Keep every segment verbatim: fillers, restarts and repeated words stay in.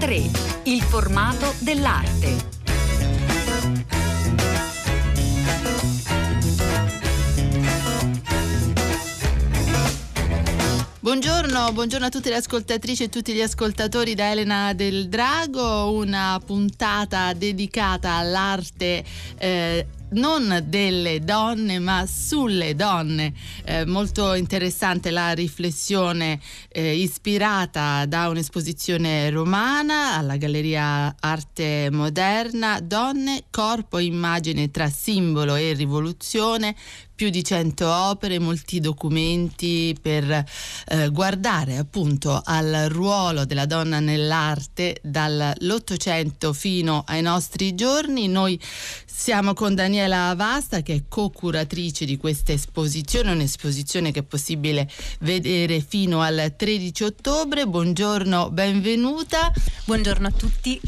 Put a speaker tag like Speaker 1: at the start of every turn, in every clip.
Speaker 1: tre. Il formato dell'arte.
Speaker 2: Buongiorno, buongiorno a tutte le ascoltatrici e tutti gli ascoltatori da Elena Del Drago, una puntata dedicata all'arte eh, non delle donne ma sulle donne. Eh, molto interessante la riflessione eh, ispirata da un'esposizione romana alla Galleria Arte Moderna, Donne, corpo e immagine tra simbolo e rivoluzione. Più di cento opere, molti documenti per eh, guardare appunto al ruolo della donna nell'arte dall'Ottocento fino ai nostri giorni. Noi siamo con Daniela Vasta, che è co-curatrice di questa esposizione, un'esposizione che è possibile vedere fino al tredici ottobre. Buongiorno, benvenuta.
Speaker 3: Buongiorno a tutti.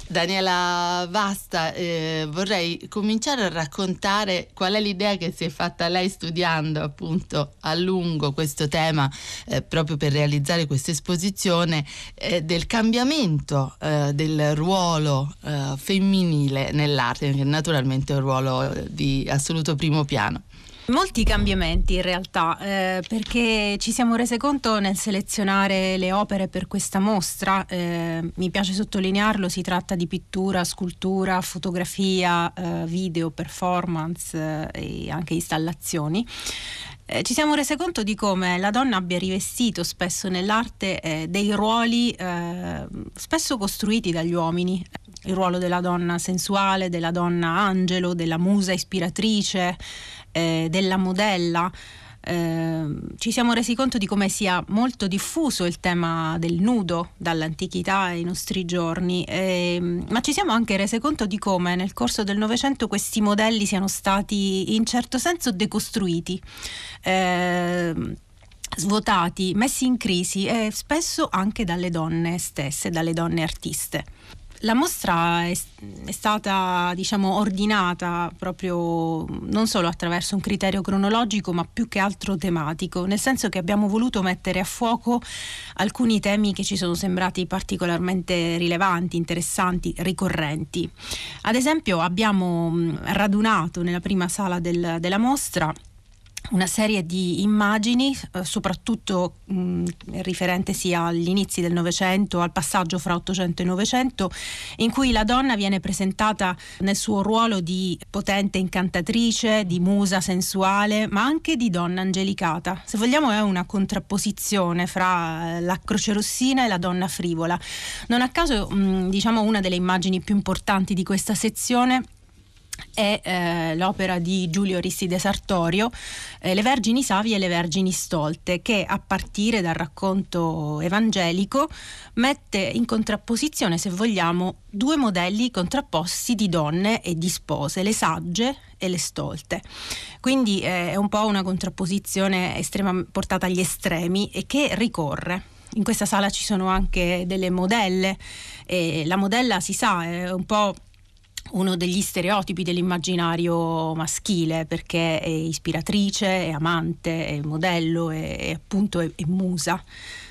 Speaker 2: Daniela Vasta, eh, vorrei cominciare a raccontare qual è l'idea che si è fatta lei studiando appunto a lungo questo tema eh, proprio per realizzare questa esposizione eh, del cambiamento eh, del ruolo eh, femminile nell'arte, che naturalmente è un ruolo di assoluto primo piano.
Speaker 3: Molti cambiamenti in realtà, eh, perché ci siamo rese conto nel selezionare le opere per questa mostra, eh, mi piace sottolinearlo, si tratta di pittura, scultura, fotografia, eh, video, performance eh, e anche installazioni. Eh, ci siamo rese conto di come la donna abbia rivestito spesso nell'arte eh, dei ruoli eh, spesso costruiti dagli uomini. Il ruolo della donna sensuale, della donna angelo, della musa ispiratrice, eh, della modella. Eh, ci siamo resi conto di come sia molto diffuso il tema del nudo dall'antichità ai nostri giorni, eh, ma ci siamo anche resi conto di come nel corso del Novecento questi modelli siano stati in certo senso decostruiti, eh, svuotati, messi in crisi e spesso anche dalle donne stesse, dalle donne artiste. La mostra è, è stata, diciamo, ordinata proprio non solo attraverso un criterio cronologico, ma più che altro tematico, nel senso che abbiamo voluto mettere a fuoco alcuni temi che ci sono sembrati particolarmente rilevanti, interessanti, ricorrenti. Ad esempio, abbiamo radunato nella prima sala del, della mostra una serie di immagini, eh, soprattutto mh, riferentesi agli inizi del Novecento, al passaggio fra Ottocento e Novecento, in cui la donna viene presentata nel suo ruolo di potente incantatrice, di musa sensuale, ma anche di donna angelicata. Se vogliamo è una contrapposizione fra la crocerossina e la donna frivola. Non a caso, mh, diciamo, una delle immagini più importanti di questa sezione è eh, l'opera di Giulio Aristide Sartorio, eh, Le Vergini Savie e le Vergini Stolte, che a partire dal racconto evangelico mette in contrapposizione, se vogliamo, due modelli contrapposti di donne e di spose, le sagge e le stolte. Quindi eh, è un po' una contrapposizione estrema, portata agli estremi, e che ricorre. In questa sala ci sono anche delle modelle, e la modella, si sa, è un po' uno degli stereotipi dell'immaginario maschile, perché è ispiratrice, è amante, è modello, è, è appunto è, è musa.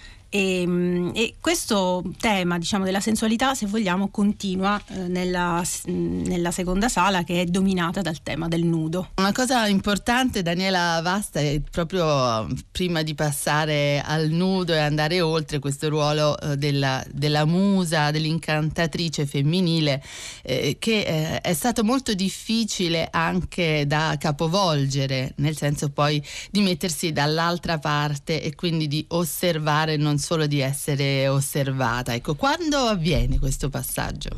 Speaker 3: E, e questo tema, diciamo, della sensualità, se vogliamo, continua eh, nella, nella seconda sala, che è dominata dal tema del nudo.
Speaker 2: Una cosa importante, Daniela Vasta, è proprio prima di passare al nudo e andare oltre, questo ruolo eh, della, della musa, dell'incantatrice femminile, eh, che eh, è stato molto difficile anche da capovolgere, nel senso poi di mettersi dall'altra parte e quindi di osservare, non solo di essere osservata. Ecco, quando avviene questo passaggio?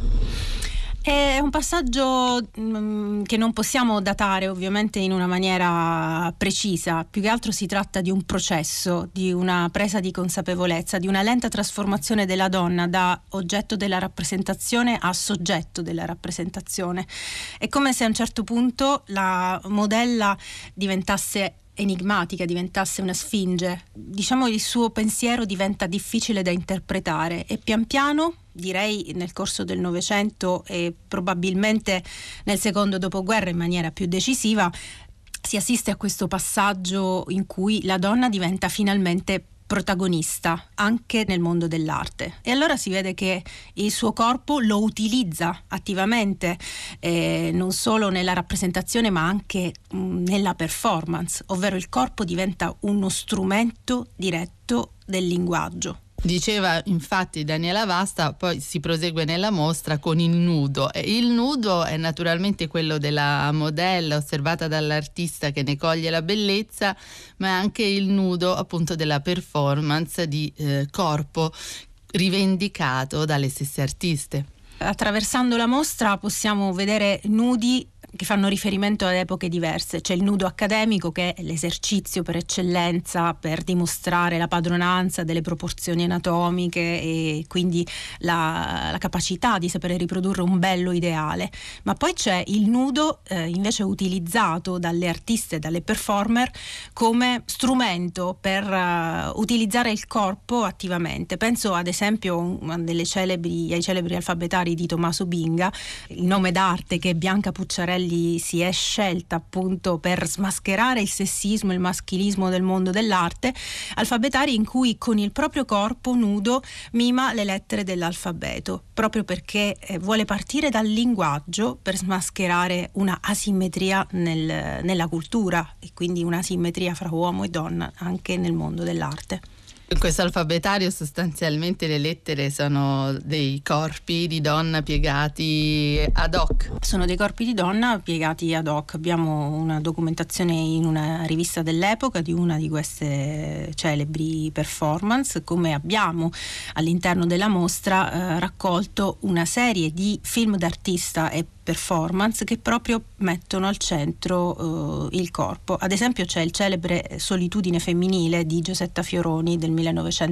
Speaker 3: È un passaggio mh, che non possiamo datare ovviamente in una maniera precisa, più che altro si tratta di un processo, di una presa di consapevolezza, di una lenta trasformazione della donna da oggetto della rappresentazione a soggetto della rappresentazione. È come se a un certo punto la modella diventasse enigmatica, diventasse una sfinge. Diciamo, il suo pensiero diventa difficile da interpretare e pian piano, direi nel corso del Novecento e probabilmente nel secondo dopoguerra in maniera più decisiva, si assiste a questo passaggio in cui la donna diventa finalmente protagonista anche nel mondo dell'arte, e allora si vede che il suo corpo lo utilizza attivamente eh, non solo nella rappresentazione ma anche mh, nella performance, ovvero il corpo diventa uno strumento diretto del linguaggio.
Speaker 2: Diceva infatti Daniela Vasta, poi si prosegue nella mostra con il nudo. Il nudo è naturalmente quello della modella osservata dall'artista che ne coglie la bellezza, ma è anche il nudo appunto della performance di eh, corpo rivendicato dalle stesse artiste.
Speaker 3: Attraversando la mostra possiamo vedere nudi che fanno riferimento ad epoche diverse. C'è il nudo accademico, che è l'esercizio per eccellenza per dimostrare la padronanza delle proporzioni anatomiche e quindi la, la capacità di sapere riprodurre un bello ideale. Ma poi c'è il nudo eh, invece utilizzato dalle artiste e dalle performer come strumento per uh, utilizzare il corpo attivamente. Penso ad esempio a delle celebri, ai celebri alfabetari di Tommaso Binga, il nome d'arte che Bianca Pucciarelli si è scelta appunto per smascherare il sessismo e il maschilismo del mondo dell'arte, alfabetari in cui con il proprio corpo nudo mima le lettere dell'alfabeto, proprio perché eh, vuole partire dal linguaggio per smascherare una asimmetria nel, nella cultura, e quindi una asimmetria fra uomo e donna anche nel mondo dell'arte.
Speaker 2: In questo alfabetario sostanzialmente le lettere sono dei corpi di donna piegati ad hoc.
Speaker 3: Sono dei corpi di donna piegati ad hoc. Abbiamo una documentazione in una rivista dell'epoca di una di queste celebri performance, come abbiamo all'interno della mostra eh, raccolto una serie di film d'artista e performance che proprio mettono al centro uh, il corpo. Ad esempio c'è il celebre Solitudine femminile di Giosetta Fioroni del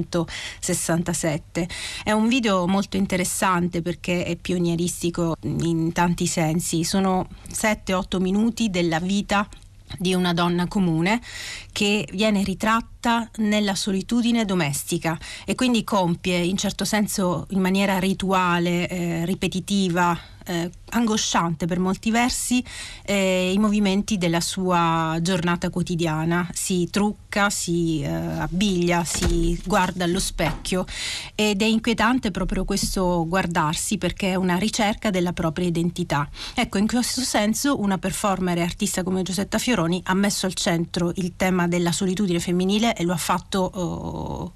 Speaker 3: millenovecentosessantasette. È un video molto interessante perché è pionieristico in tanti sensi. Sono sette otto minuti della vita di una donna comune che viene ritratta nella solitudine domestica e quindi compie in certo senso in maniera rituale, eh, ripetitiva, eh, angosciante per molti versi eh, i movimenti della sua giornata quotidiana. Si trucca, si eh, abbiglia, si guarda allo specchio, ed è inquietante proprio questo guardarsi, perché è una ricerca della propria identità. Ecco, in questo senso una performer e artista come Giosetta Fioroni ha messo al centro il tema della solitudine femminile e lo ha fatto oh,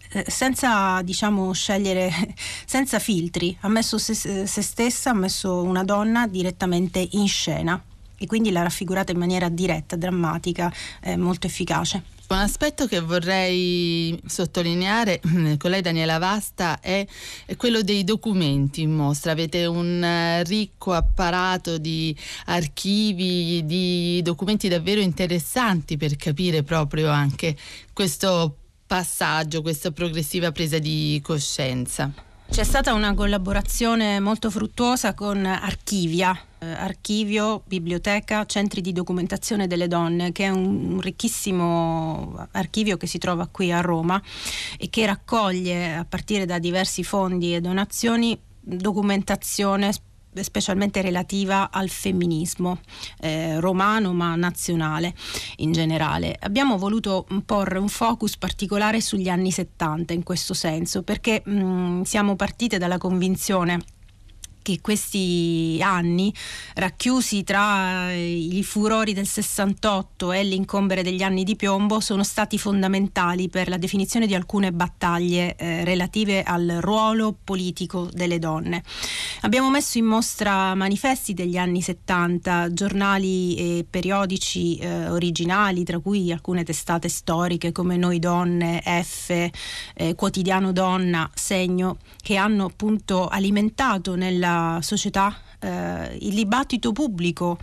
Speaker 3: senza, diciamo, scegliere, senza filtri. Ha messo se, se stessa, ha messo una donna direttamente in scena e quindi l'ha raffigurata in maniera diretta, drammatica, eh, molto efficace.
Speaker 2: Un aspetto che vorrei sottolineare con lei, Daniela Vasta, è quello dei documenti in mostra. Avete un ricco apparato di archivi, di documenti davvero interessanti per capire proprio anche questo passaggio, questa progressiva presa di coscienza.
Speaker 3: C'è stata una collaborazione molto fruttuosa con Archivia, eh, Archivio, Biblioteca, Centri di Documentazione delle Donne, che è un, un ricchissimo archivio che si trova qui a Roma e che raccoglie, a partire da diversi fondi e donazioni, documentazione specialmente relativa al femminismo eh, romano ma nazionale in generale. Abbiamo voluto porre un focus particolare sugli anni settanta in questo senso, perché mh, siamo partite dalla convinzione che questi anni, racchiusi tra i furori del sessantotto e l'incombere degli anni di piombo, sono stati fondamentali per la definizione di alcune battaglie eh, relative al ruolo politico delle donne. Abbiamo messo in mostra manifesti degli anni settanta, giornali e periodici eh, originali, tra cui alcune testate storiche come Noi Donne, F, eh, Quotidiano Donna, Segno, che hanno appunto alimentato nella società eh, il dibattito pubblico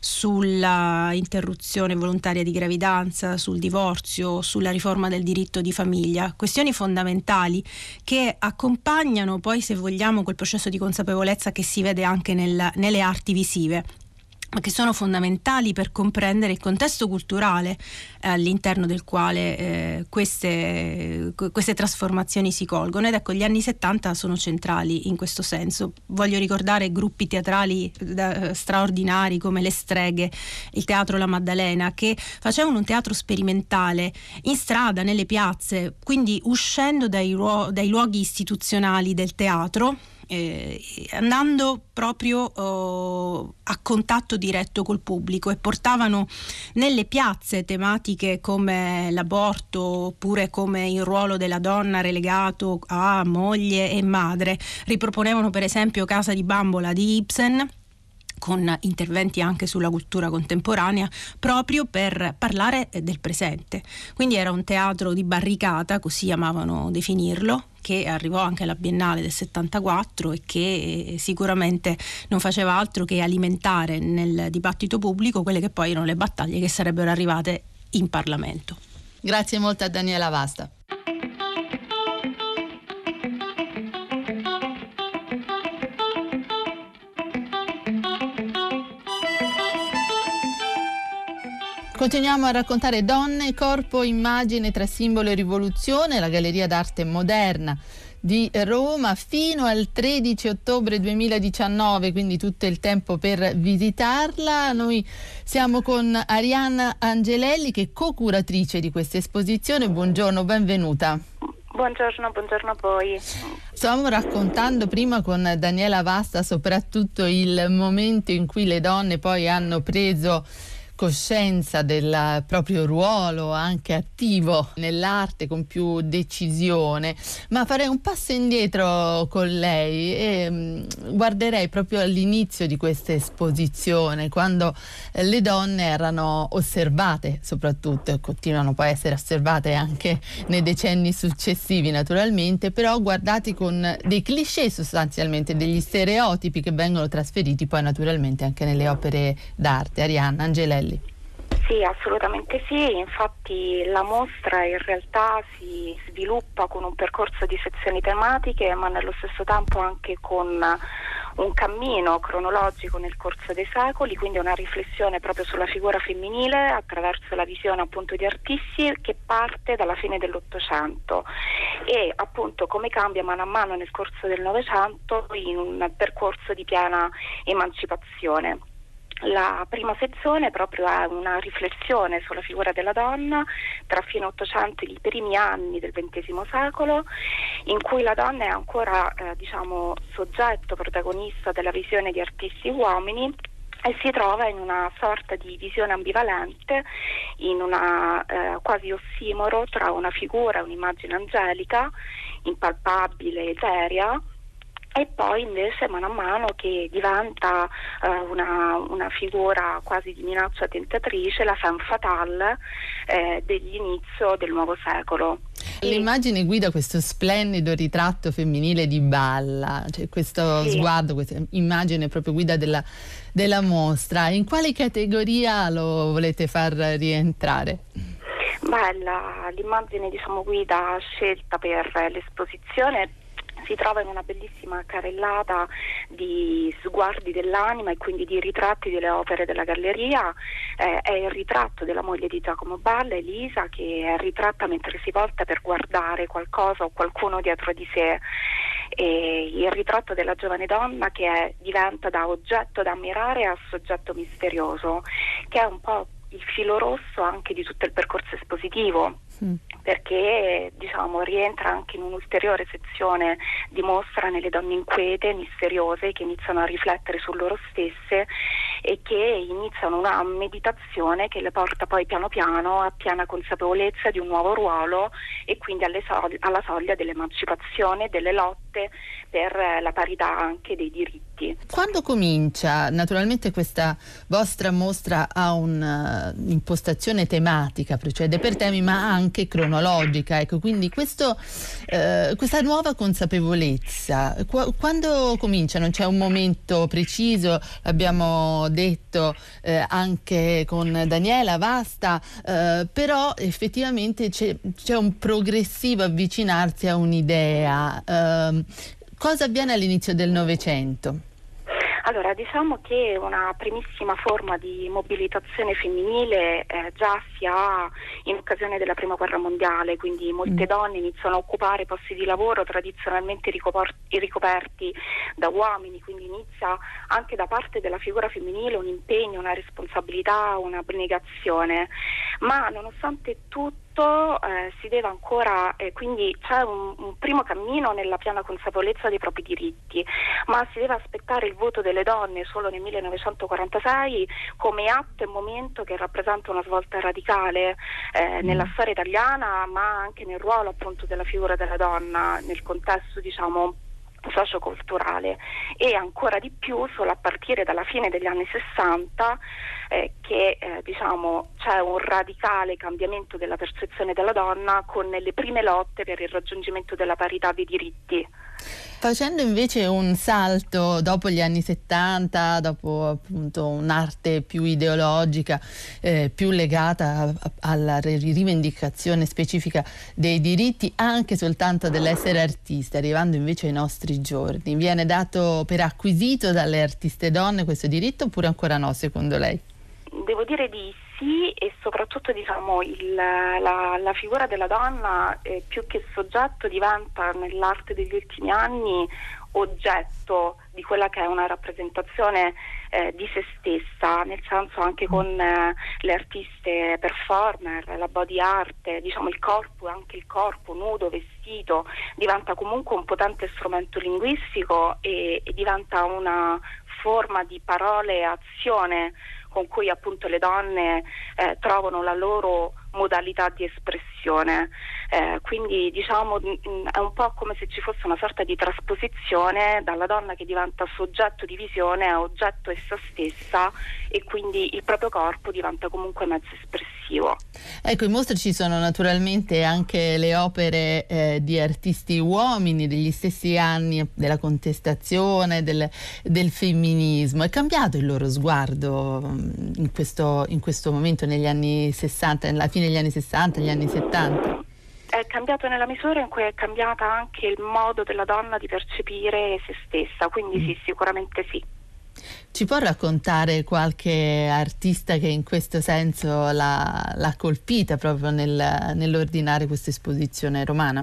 Speaker 3: sulla interruzione volontaria di gravidanza, sul divorzio, sulla riforma del diritto di famiglia, questioni fondamentali che accompagnano poi, se vogliamo, quel processo di consapevolezza che si vede anche nel, nelle arti visive. che sono fondamentali per comprendere il contesto culturale eh, all'interno del quale eh, queste, queste trasformazioni si colgono. Ed ecco, gli anni settanta sono centrali in questo senso. Voglio ricordare gruppi teatrali eh, straordinari come Le Streghe, il Teatro La Maddalena, che facevano un teatro sperimentale in strada, nelle piazze, quindi uscendo dai, ruo- dai luoghi istituzionali del teatro, Eh, andando proprio oh, a contatto diretto col pubblico, e portavano nelle piazze tematiche come l'aborto, oppure come il ruolo della donna relegato a moglie e madre. Riproponevano per esempio Casa di Bambola di Ibsen, con interventi anche sulla cultura contemporanea, proprio per parlare del presente. Quindi era un teatro di barricata, così amavano definirlo, che arrivò anche alla Biennale del settantaquattro e che sicuramente non faceva altro che alimentare nel dibattito pubblico quelle che poi erano le battaglie che sarebbero arrivate in Parlamento.
Speaker 2: Grazie molto a Daniela Vasta. Continuiamo a raccontare donne, corpo, immagine tra simbolo e rivoluzione, la Galleria d'Arte Moderna di Roma fino al tredici ottobre duemiladiciannove, quindi tutto il tempo per visitarla. Noi siamo con Arianna Angelelli, che è co-curatrice di questa esposizione. Buongiorno, benvenuta.
Speaker 4: Buongiorno, buongiorno a voi.
Speaker 2: Stavamo raccontando prima con Daniela Vasta soprattutto il momento in cui le donne poi hanno preso coscienza del proprio ruolo anche attivo nell'arte con più decisione, ma farei un passo indietro con lei e mh, guarderei proprio all'inizio di questa esposizione, quando eh, le donne erano osservate soprattutto, e continuano poi a essere osservate anche nei decenni successivi naturalmente, però guardati con dei cliché, sostanzialmente degli stereotipi che vengono trasferiti poi naturalmente anche nelle opere d'arte. Arianna Angelelli.
Speaker 4: Sì, assolutamente sì, infatti la mostra in realtà si sviluppa con un percorso di sezioni tematiche, ma nello stesso tempo anche con un cammino cronologico nel corso dei secoli, quindi una riflessione proprio sulla figura femminile attraverso la visione appunto di artisti, che parte dalla fine dell'Ottocento e appunto come cambia mano a mano nel corso del Novecento in un percorso di piena emancipazione. La prima sezione proprio è una riflessione sulla figura della donna tra fine Ottocento e i primi anni del ventesimo secolo, in cui la donna è ancora eh, diciamo soggetto protagonista della visione di artisti uomini e si trova in una sorta di visione ambivalente, in una eh, quasi ossimoro tra una figura, un'immagine angelica, impalpabile, eterea, e poi invece mano a mano che diventa uh, una, una figura quasi di minaccia tentatrice, la femme fatale eh, dell'inizio del nuovo secolo.
Speaker 2: L'immagine guida questo splendido ritratto femminile di Balla, cioè questo sì. sguardo, questa immagine proprio guida della, della mostra. In quale categoria lo volete far rientrare?
Speaker 4: Beh, la, l'immagine diciamo guida scelta per l'esposizione si trova in una bellissima carrellata di sguardi dell'anima e quindi di ritratti delle opere della galleria. Eh, è il ritratto della moglie di Giacomo Balla, Elisa, che è ritratta mentre si volta per guardare qualcosa o qualcuno dietro di sé. E il ritratto della giovane donna che è, diventa da oggetto da ammirare a soggetto misterioso, che è un po' il filo rosso anche di tutto il percorso espositivo, mm. perché diciamo rientra anche in un'ulteriore sezione di mostra nelle donne inquiete, misteriose, che iniziano a riflettere su loro stesse e che iniziano una meditazione che le porta poi piano piano a piena consapevolezza di un nuovo ruolo e quindi alle so- alla soglia dell'emancipazione e delle lotte per la parità anche dei diritti.
Speaker 2: Quando comincia? Naturalmente questa vostra mostra ha un'impostazione tematica, procede per temi ma anche cronologica, ecco, quindi questo, eh, questa nuova consapevolezza, qu- quando comincia? Non c'è un momento preciso, l'abbiamo detto eh, anche con Daniela Vasta, eh, però effettivamente c'è, c'è un progressivo avvicinarsi a un'idea. Eh, cosa avviene all'inizio del Novecento?
Speaker 4: Allora, diciamo che una primissima forma di mobilitazione femminile eh, già si ha in occasione della Prima Guerra Mondiale, quindi molte mm. donne iniziano a occupare posti di lavoro tradizionalmente ricopor- ricoperti da uomini, quindi inizia anche da parte della figura femminile un impegno, una responsabilità, un'abnegazione, ma nonostante tutto Eh, si deve ancora, eh, quindi c'è un, un primo cammino nella piena consapevolezza dei propri diritti, ma si deve aspettare il voto delle donne solo nel millenovecentoquarantasei come atto e momento che rappresenta una svolta radicale eh, nella storia italiana, ma anche nel ruolo appunto della figura della donna nel contesto, diciamo, socioculturale, e ancora di più solo a partire dalla fine degli anni sessanta eh, che eh, diciamo c'è un radicale cambiamento della percezione della donna con le prime lotte per il raggiungimento della parità dei diritti.
Speaker 2: Facendo invece un salto dopo gli anni settanta, dopo appunto un'arte più ideologica, eh, più legata a, alla rivendicazione specifica dei diritti, anche soltanto dell'essere artista, arrivando invece ai nostri giorni, viene dato per acquisito dalle artiste donne questo diritto oppure ancora no, secondo lei?
Speaker 4: Devo dire di sì, e soprattutto diciamo il, la, la figura della donna eh, più che soggetto diventa nell'arte degli ultimi anni oggetto di quella che è una rappresentazione eh, di se stessa, nel senso anche con eh, le artiste performer, la body art, diciamo il corpo, anche il corpo nudo, vestito, diventa comunque un potente strumento linguistico e, e diventa una forma di parole e azione con cui appunto le donne eh, trovano la loro modalità di espressione. Eh, quindi diciamo mh, è un po' come se ci fosse una sorta di trasposizione dalla donna che diventa soggetto di visione a oggetto essa stessa, e quindi il proprio corpo diventa comunque mezzo espressivo.
Speaker 2: Ecco, in mostra ci sono naturalmente anche le opere eh, di artisti uomini degli stessi anni della contestazione, del, del femminismo. È cambiato il loro sguardo in questo, in questo momento, negli anni sessanta, alla fine degli anni sessanta, negli anni settanta?
Speaker 4: È cambiato nella misura in cui è cambiata anche il modo della donna di percepire se stessa, quindi mm. sì, sicuramente sì.
Speaker 2: Ci può raccontare qualche artista che in questo senso l'ha, l'ha colpita proprio nel, nell'ordinare questa esposizione romana?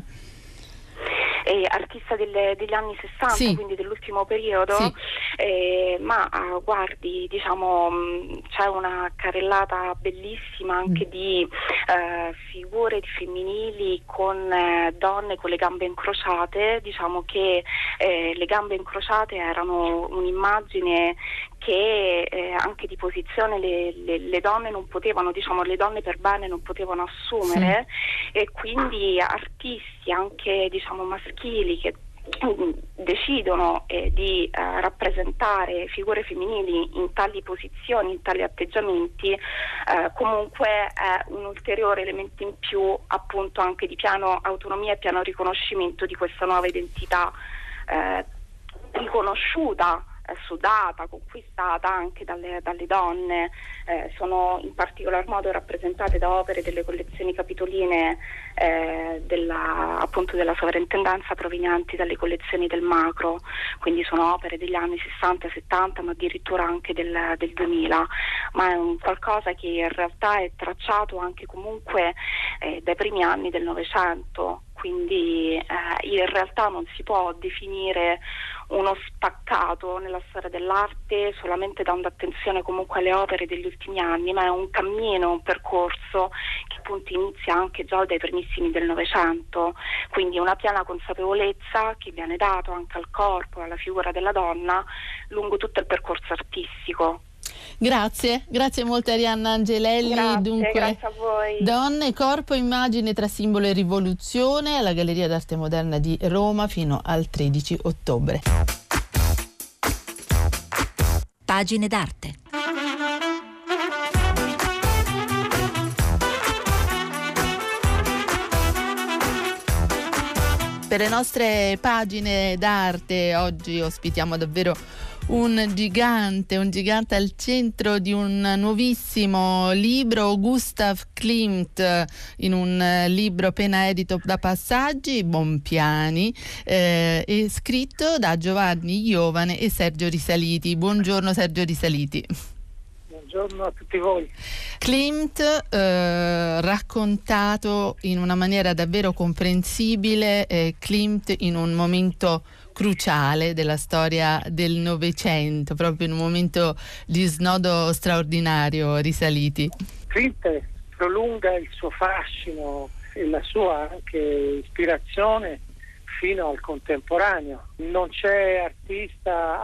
Speaker 4: Eh, artista delle, degli anni sessanta, sì. Quindi dell'ultimo periodo, sì. eh, ma uh, guardi, diciamo mh, c'è una carrellata bellissima anche mm. di uh, figure femminili con eh, donne con le gambe incrociate. Diciamo che eh, le gambe incrociate erano un'immagine che eh, anche di posizione le, le, le donne non potevano, diciamo le donne per bene non potevano assumere, sì. E quindi artisti anche diciamo maschili che decidono eh, di eh, rappresentare figure femminili in tali posizioni, in tali atteggiamenti, eh, comunque è un ulteriore elemento in più appunto anche di piano autonomia e piano riconoscimento di questa nuova identità eh, riconosciuta, sudata, conquistata anche dalle, dalle donne. Eh, sono in particolar modo rappresentate da opere delle collezioni capitoline eh, della, appunto della sovrintendenza, provenienti dalle collezioni del Macro, quindi sono opere degli anni sessanta settanta, ma addirittura anche del, del duemila, ma è un qualcosa che in realtà è tracciato anche comunque eh, dai primi anni del Novecento, quindi eh, in realtà non si può definire uno spaccato nella storia dell'arte solamente dando attenzione comunque alle opere degli ultimi anni, ma è un cammino, un percorso che appunto inizia anche già dai primissimi del Novecento, quindi una piena consapevolezza che viene dato anche al corpo e alla figura della donna lungo tutto il percorso artistico.
Speaker 2: Grazie, grazie molto Arianna Angelelli.
Speaker 4: Grazie,
Speaker 2: Dunque,
Speaker 4: grazie a voi.
Speaker 2: Donne, corpo, immagine tra simbolo e rivoluzione, alla Galleria d'Arte Moderna di Roma fino al tredici ottobre.
Speaker 1: Pagine d'arte.
Speaker 2: Per le nostre pagine d'arte oggi ospitiamo davvero un gigante, un gigante al centro di un nuovissimo libro, Gustav Klimt, in un libro appena edito da Passaggi, Bompiani, eh, e scritto da Giovanni Iovane e Sergio Risaliti. Buongiorno Sergio Risaliti.
Speaker 5: Buongiorno a tutti voi.
Speaker 2: Klimt eh, raccontato in una maniera davvero comprensibile, eh, Klimt in un momento cruciale della storia del Novecento, proprio in un momento di snodo straordinario, Risaliti.
Speaker 5: Klimt prolunga il suo fascino e la sua anche ispirazione fino al contemporaneo. Non c'è artista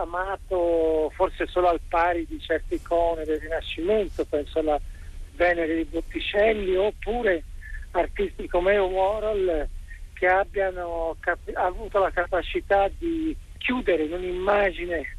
Speaker 5: amato forse solo al pari di certe icone del Rinascimento, penso alla Venere di Botticelli, oppure artisti come Warhol che abbiano cap- avuto la capacità di chiudere in un'immagine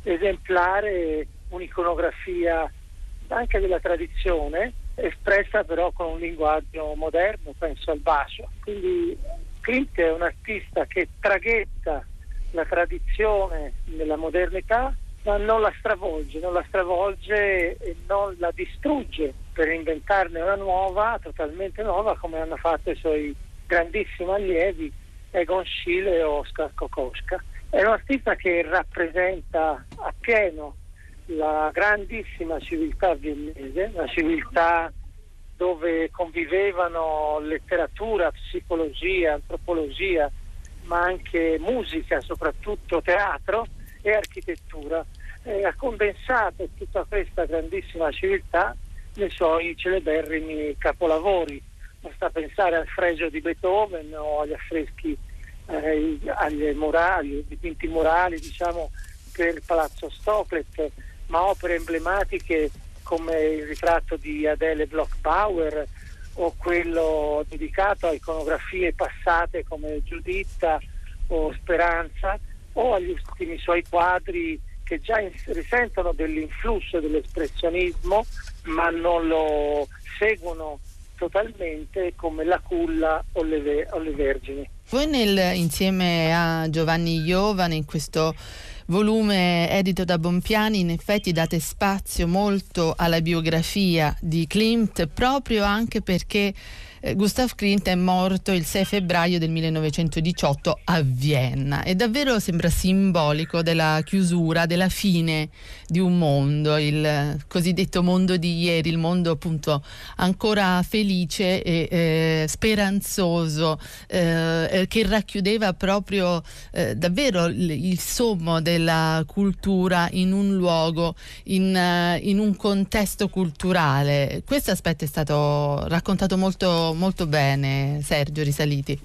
Speaker 5: esemplare un'iconografia anche della tradizione, espressa però con un linguaggio moderno, penso al bacio. Quindi Klimt è un artista che traghetta la tradizione nella modernità, ma non la stravolge, non la stravolge e non la distrugge per inventarne una nuova, totalmente nuova, come hanno fatto i suoi grandissimi allievi Egon Schiele e Oskar Kokoschka. È un artista che rappresenta appieno la grandissima civiltà viennese, una civiltà dove convivevano letteratura, psicologia, antropologia, ma anche musica, soprattutto teatro e architettura. E ha condensato tutta questa grandissima civiltà nei suoi celeberrimi capolavori. Basta pensare al Fregio di Beethoven o agli affreschi, eh, agli murali, ai dipinti murali, diciamo, per il Palazzo Stoklet, ma opere emblematiche come il ritratto di Adele Bloch-Bauer o quello dedicato a iconografie passate come Giuditta o Speranza, o agli ultimi suoi quadri che già in- risentono dell'influsso dell'espressionismo ma non lo seguono totalmente, come La Culla o le, ve- o le Vergini.
Speaker 2: Voi nel, insieme a Giovanni Iovane, in questo volume edito da Bompiani, in effetti date spazio molto alla biografia di Klimt, proprio anche perché eh, Gustav Klimt è morto il sei febbraio del millenovecentodiciotto a Vienna, e davvero sembra simbolico della chiusura, della fine di un mondo, il cosiddetto mondo di ieri, il mondo appunto ancora felice e eh, speranzoso, eh, che racchiudeva proprio eh, davvero il, il sommo della cultura in un luogo, in, uh, in un contesto culturale. Questo aspetto è stato raccontato molto, molto bene, Sergio Risaliti.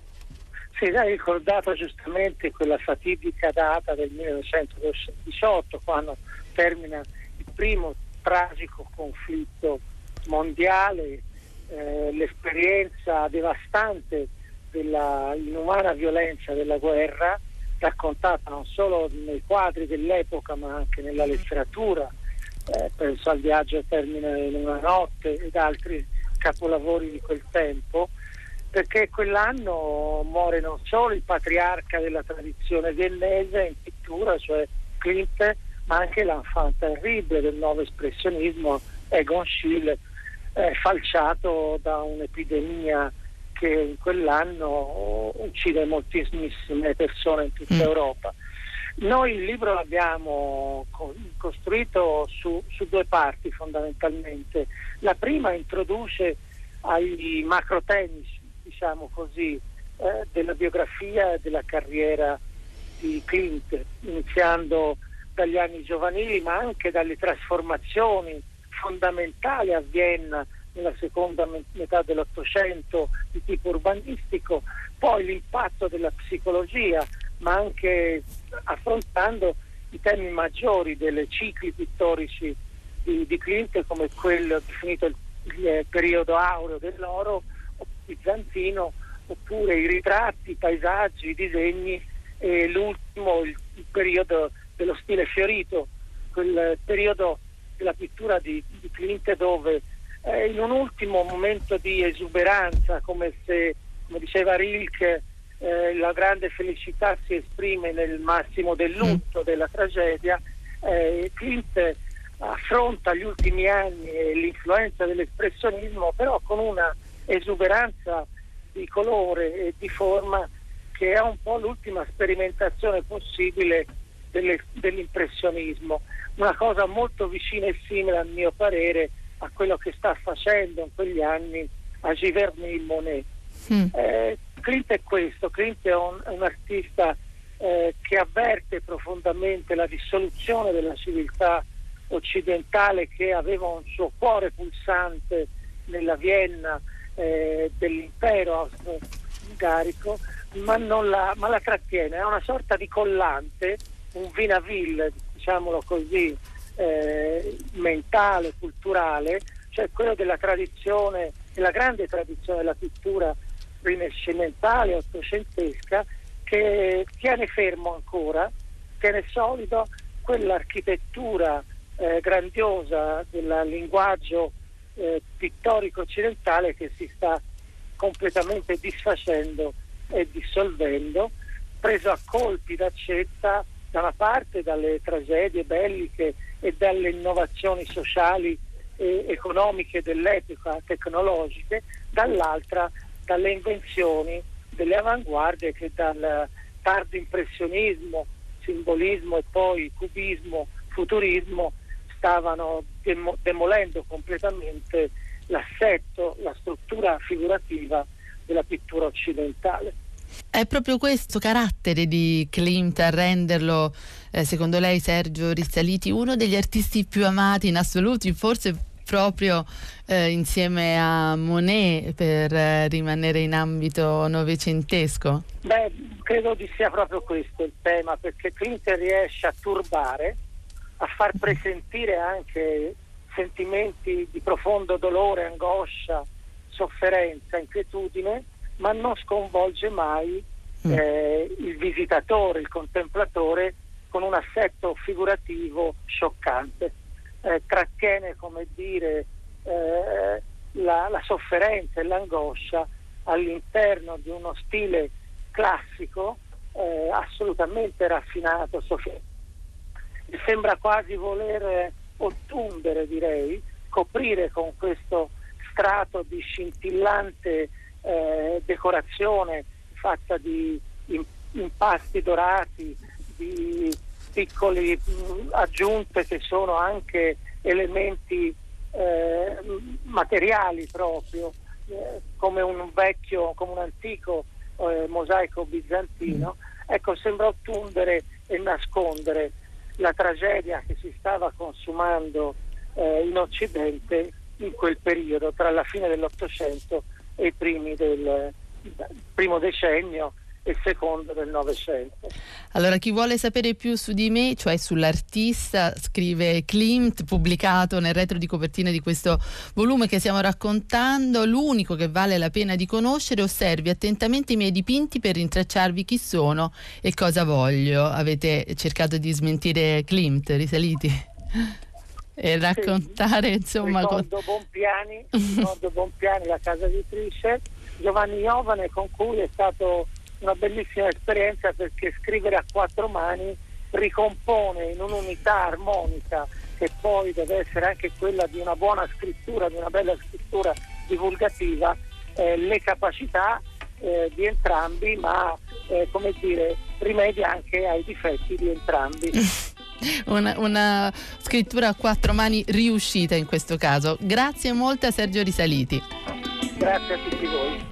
Speaker 5: Sì, hai ricordato giustamente quella fatidica data del millenovecentodiciotto, quando termina il primo tragico conflitto mondiale, eh, l'esperienza devastante della inumana violenza della guerra, raccontata non solo nei quadri dell'epoca ma anche nella letteratura, eh, penso al Viaggio a termine in una notte ed altri capolavori di quel tempo, perché quell'anno muore non solo il patriarca della tradizione viennese in pittura, cioè Klimt, ma anche l'enfant terrible del nuovo espressionismo, Egon Schiele, eh, falciato da un'epidemia che in quell'anno uccide moltissime persone in tutta mm. Europa. Noi il libro l'abbiamo co- costruito su, su due parti fondamentalmente. La prima introduce ai macro temi, diciamo così, eh, della biografia e della carriera di Klimt, iniziando dagli anni giovanili ma anche dalle trasformazioni fondamentali a Vienna nella seconda metà dell'Ottocento di tipo urbanistico, poi l'impatto della psicologia, ma anche affrontando i temi maggiori delle cicli pittorici di, di Klimt, come quello definito il, il periodo aureo dell'oro bizantino, oppure i ritratti, i paesaggi, i disegni, e l'ultimo il, il periodo dello stile fiorito, quel periodo della pittura di, di Klimt dove eh, in un ultimo momento di esuberanza, come se, come diceva Rilke, eh, la grande felicità si esprime nel massimo del lutto, della tragedia, Eh, Klimt affronta gli ultimi anni e l'influenza dell'espressionismo, però con una esuberanza di colore e di forma che è un po' l'ultima sperimentazione possibile delle, dell'impressionismo, una cosa molto vicina e simile, a mio parere, a quello che sta facendo in quegli anni a Giverny il Monet. Mm. Eh, Klimt è questo, Klimt è un, un artista eh, che avverte profondamente la dissoluzione della civiltà occidentale, che aveva un suo cuore pulsante nella Vienna eh, dell'impero austro-ungarico, ma, non la, ma la trattiene, è una sorta di collante, un vinaville, diciamolo così, eh, mentale, culturale, cioè quello della tradizione, della grande tradizione della pittura rinascimentale, ottocentesca, che tiene fermo ancora, tiene solido quell'architettura eh, grandiosa del linguaggio eh, pittorico occidentale che si sta completamente disfacendo e dissolvendo, preso a colpi d'accetta da una parte dalle tragedie belliche e dalle innovazioni sociali e economiche dell'epoca, tecnologiche, dall'altra dalle invenzioni delle avanguardie che dal tardo impressionismo, simbolismo e poi cubismo, futurismo stavano demo- demolendo completamente l'assetto, la struttura figurativa della pittura occidentale.
Speaker 2: È proprio questo carattere di Klimt a renderlo, eh, secondo lei, Sergio Risaliti, uno degli artisti più amati in assoluto, forse proprio eh, insieme a Monet, per eh, rimanere in ambito novecentesco?
Speaker 5: Beh, credo di sia proprio questo il tema, perché Klimt riesce a turbare, a far presentire anche sentimenti di profondo dolore, angoscia, sofferenza, inquietudine, ma non sconvolge mai eh, il visitatore, il contemplatore, con un assetto figurativo scioccante. Eh, trattiene, come dire, eh, la, la sofferenza e l'angoscia all'interno di uno stile classico eh, assolutamente raffinato, sofisticato. Sembra quasi voler ottundere, direi, coprire con questo strato di scintillante eh, decorazione fatta di impasti dorati, di piccoli mh, aggiunte che sono anche elementi eh, materiali proprio, eh, come un vecchio, come un antico eh, mosaico bizantino. Ecco, sembra ottundere e nascondere la tragedia che si stava consumando eh, in Occidente in quel periodo, tra la fine dell'Ottocento e i primi del primo decennio e il secondo del Novecento.
Speaker 2: Allora, chi vuole sapere più su di me, cioè sull'artista, scrive Klimt, pubblicato nel retro di copertina di questo volume che stiamo raccontando, l'unico che vale la pena di conoscere. Osservi attentamente i miei dipinti per rintracciarvi chi sono e cosa voglio. Avete cercato di smentire Klimt, Risaliti? E raccontare, sì, insomma,
Speaker 5: ricordo Bompiani, ricordo Bompiani, la casa editrice, Giovanni Jovane, con cui è stato una bellissima esperienza, perché scrivere a quattro mani ricompone in un'unità armonica che poi deve essere anche quella di una buona scrittura, di una bella scrittura divulgativa, eh, le capacità eh, di entrambi, ma eh, come dire, rimedia anche ai difetti di entrambi.
Speaker 2: Una, una scrittura a quattro mani riuscita in questo caso. Grazie molto a Sergio Risaliti.
Speaker 5: Grazie a tutti voi.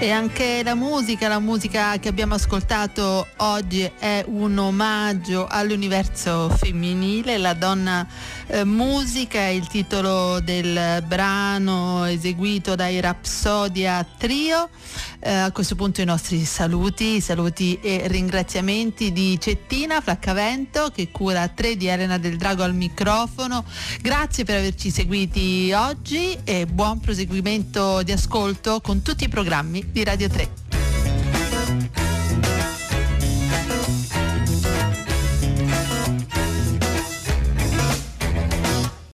Speaker 2: E anche la musica, la musica che abbiamo ascoltato oggi è un omaggio all'universo femminile. La donna eh, musica è il titolo del brano eseguito dai Rapsodia Trio. Eh, a questo punto i nostri saluti, saluti e ringraziamenti di Cettina Flaccavento che cura tre, di Elena Del Drago al microfono. Grazie per averci seguiti oggi e buon proseguimento di ascolto con tutti i programmi di Radio tre.